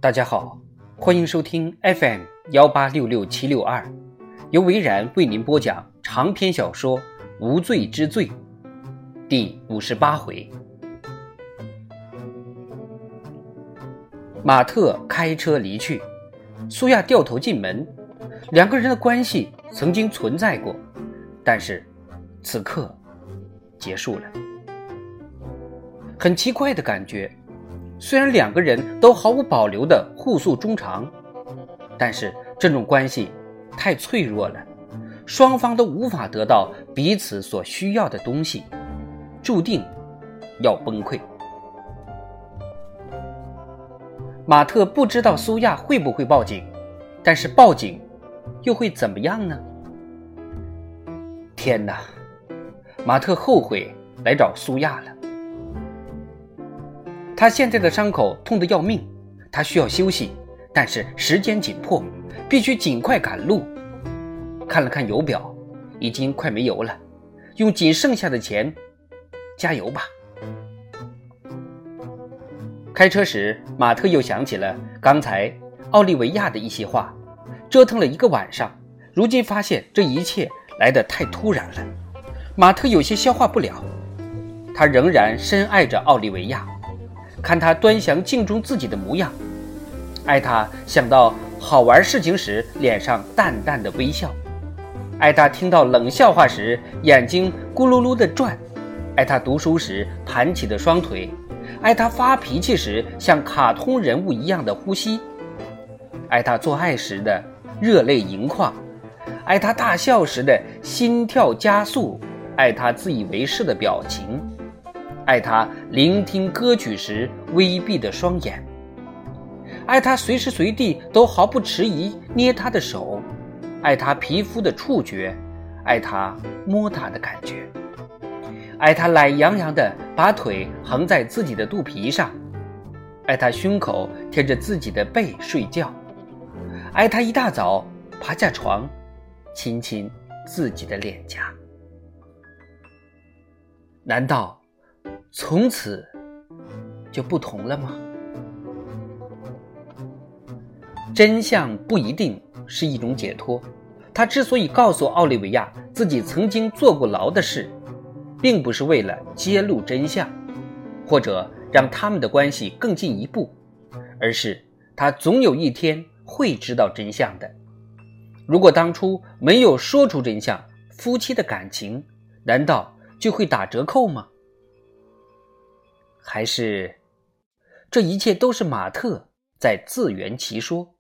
大家好，欢迎收听 FM1866762，由维然为您播讲长篇小说《无罪之罪》第58回。马特开车离去，苏亚掉头进门，两个人的关系曾经存在过，但是此刻结束了。很奇怪的感觉，虽然两个人都毫无保留地互诉衷肠，但是这种关系太脆弱了，双方都无法得到彼此所需要的东西，注定要崩溃。马特不知道苏亚会不会报警，但是报警又会怎么样呢？天哪，马特后悔来找苏亚了。他现在的伤口痛得要命，他需要休息，但是时间紧迫，必须尽快赶路。看了看油表，已经快没油了，用仅剩下的钱加油吧。开车时，马特又想起了刚才奥利维亚的一些话，折腾了一个晚上，如今发现这一切来得太突然了，马特有些消化不了。他仍然深爱着奥利维亚，看他端详镜中自己的模样，爱他想到好玩事情时脸上淡淡的微笑，爱他听到冷笑话时眼睛咕噜噜地转，爱他读书时盘起的双腿，爱他发脾气时像卡通人物一样的呼吸，爱他做爱时的热泪盈眶，爱他大笑时的心跳加速，爱他自以为是的表情，爱他聆听歌曲时微闭的双眼，爱他随时随地都毫不迟疑捏他的手，爱他皮肤的触觉，爱他摸他的感觉，爱他懒洋洋地把腿横在自己的肚皮上，爱他胸口贴着自己的背睡觉，爱他一大早爬下床亲亲自己的脸颊。难道从此就不同了吗？真相不一定是一种解脱。他之所以告诉奥利维亚自己曾经坐过牢的事，并不是为了揭露真相，或者让他们的关系更进一步，而是他总有一天会知道真相的。如果当初没有说出真相，夫妻的感情难道就会打折扣吗？还是这一切都是马特在自圆其说？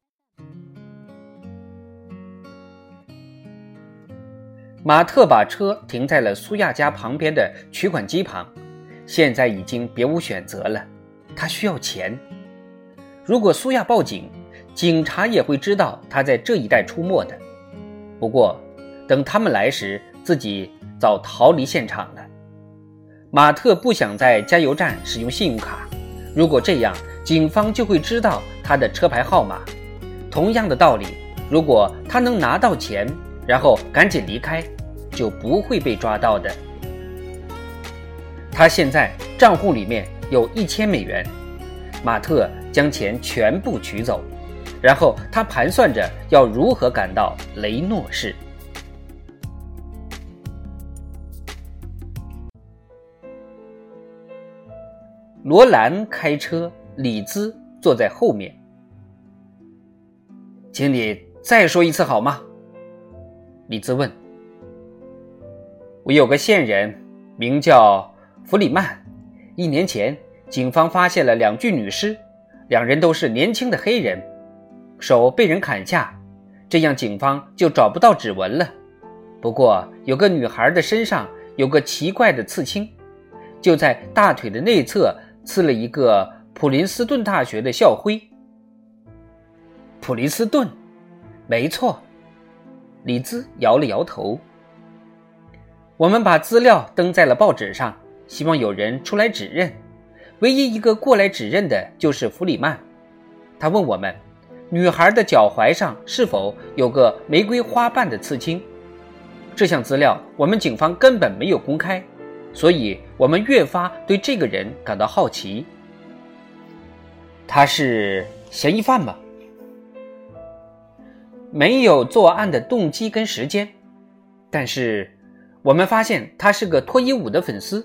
马特把车停在了苏亚家旁边的取款机旁，现在已经别无选择了，他需要钱。如果苏亚报警，警察也会知道他在这一带出没的。不过等他们来时，自己早逃离现场了。马特不想在加油站使用信用卡，如果这样，警方就会知道他的车牌号码。同样的道理，如果他能拿到钱，然后赶紧离开，就不会被抓到的。他现在账户里面有1000美元，马特将钱全部取走，然后他盘算着要如何赶到雷诺市。罗兰开车，李兹坐在后面。请你再说一次好吗？李兹问。我有个线人名叫弗里曼，1年前警方发现了2具女尸，2人都是年轻的黑人，手被人砍下，这样警方就找不到指纹了。不过有个女孩的身上有个奇怪的刺青，就在大腿的内侧刺了一个普林斯顿大学的校徽。普林斯顿，没错。李兹摇了摇头。我们把资料登在了报纸上，希望有人出来指认。唯一一个过来指认的就是弗里曼。他问我们，女孩的脚踝上是否有个玫瑰花瓣的刺青。这项资料我们警方根本没有公开，所以我们越发对这个人感到好奇。他是嫌疑犯吗？没有作案的动机跟时间，但是我们发现他是个脱衣舞的粉丝。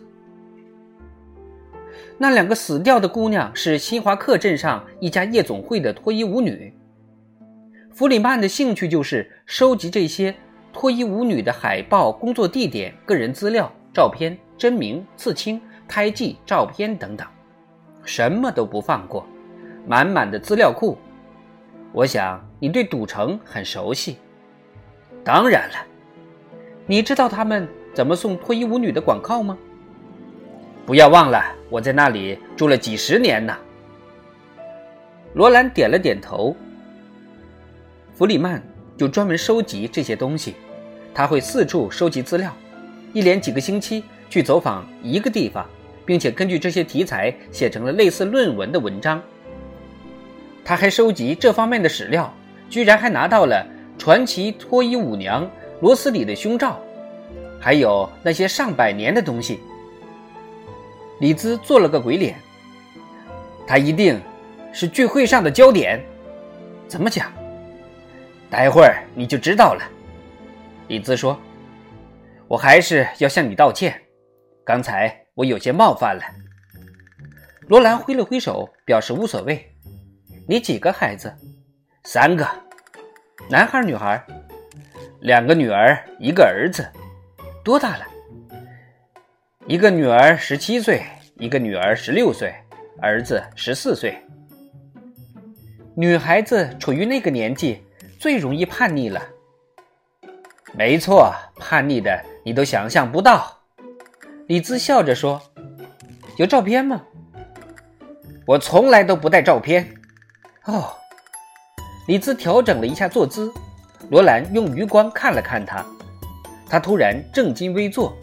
那2个死掉的姑娘是新华克镇上一家夜总会的脱衣舞女。弗里曼的兴趣就是收集这些脱衣舞女的海报、工作地点、个人资料、照片、真名、刺青、胎记、照片等等，什么都不放过，满满的资料库。我想你对赌城很熟悉。当然了，你知道他们怎么送脱衣舞女的广告吗？不要忘了，我在那里住了几10年呢。罗兰点了点头。弗里曼就专门收集这些东西，他会四处收集资料，一连几个星期去走访一个地方，并且根据这些题材写成了类似论文的文章。他还收集这方面的史料，居然还拿到了传奇脱衣舞娘罗斯里的胸罩，还有那些上百年的东西。李兹做了个鬼脸，他一定是聚会上的焦点。怎么讲？待会儿你就知道了。李兹说，我还是要向你道歉，刚才我有些冒犯了。罗兰挥了挥手，表示无所谓。你几个孩子？3个。男孩女孩？2个女儿1个儿子。多大了？一个女儿17岁，一个女儿16岁，儿子14岁。女孩子处于那个年纪最容易叛逆了。没错，叛逆的你都想象不到。李兹笑着说，有照片吗？我从来都不带照片。哦，李兹调整了一下坐姿，罗兰用余光看了看他，他突然正襟危坐。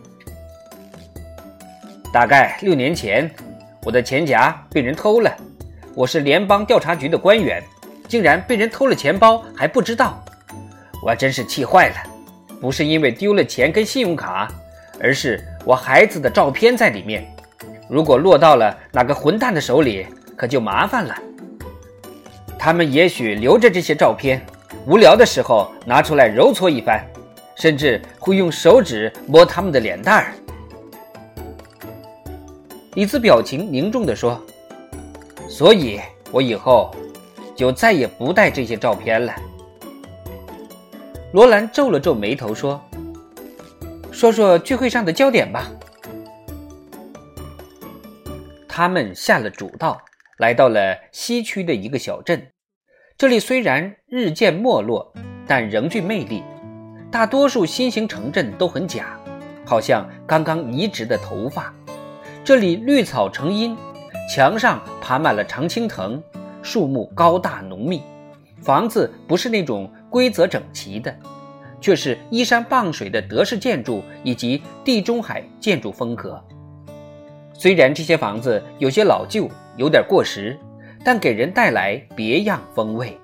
大概6年前，我的钱夹被人偷了，我是联邦调查局的官员，竟然被人偷了钱包还不知道，我真是气坏了。不是因为丢了钱跟信用卡，而是我孩子的照片在里面，如果落到了哪个混蛋的手里，可就麻烦了。他们也许留着这些照片，无聊的时候拿出来揉搓一番，甚至会用手指摸他们的脸蛋儿。李兹表情凝重地说，所以我以后就再也不带这些照片了。罗兰皱了皱眉头说，说说聚会上的焦点吧。他们下了主道，来到了西区的一个小镇。这里虽然日渐没落，但仍具魅力。大多数新型城镇都很假，好像刚刚移植的头发。这里绿草成荫，墙上爬满了常青藤，树木高大浓密。房子不是那种规则整齐的，却是依山傍水的德式建筑以及地中海建筑风格。虽然这些房子有些老旧，有点过时，但给人带来别样风味。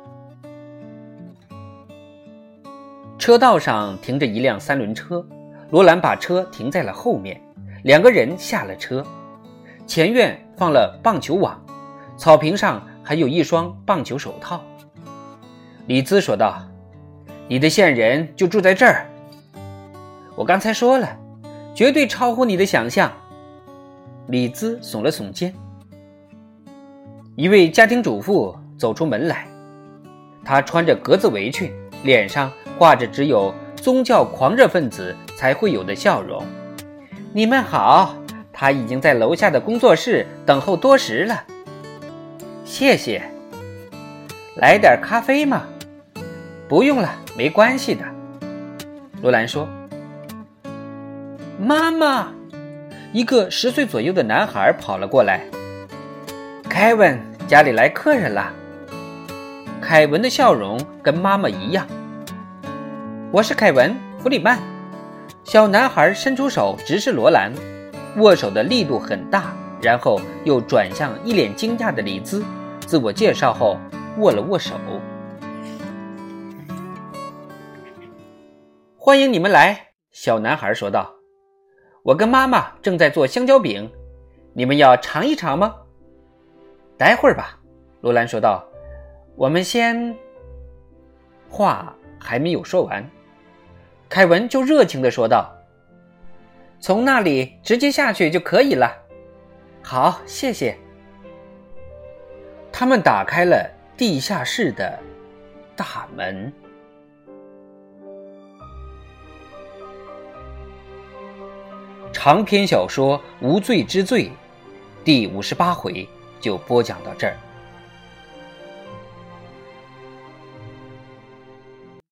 车道上停着一辆3轮车，罗兰把车停在了后面，2个人下了车。前院放了棒球网，草坪上还有一双棒球手套。李兹说道，你的线人就住在这儿。我刚才说了，绝对超乎你的想象。李兹耸了耸肩。一位家庭主妇走出门来，她穿着格子围裙，脸上挂着只有宗教狂热分子才会有的笑容。你们好，她已经在楼下的工作室等候多时了。谢谢。来点咖啡吗？不用了，没关系的。罗兰说。妈妈！一个10岁左右的男孩跑了过来。凯文，家里来客人了。凯文的笑容跟妈妈一样。我是凯文，弗里曼。小男孩伸出手直视罗兰，握手的力度很大，然后又转向一脸惊讶的李兹，自我介绍后握了握手。欢迎你们来，小男孩说道。我跟妈妈正在做香蕉饼，你们要尝一尝吗？待会儿吧， 罗兰说道，我们先……话还没有说完，凯文就热情地说道，从那里直接下去就可以了。好，谢谢。他们打开了地下室的大门。长篇小说《无罪之罪》第58回就播讲到这儿。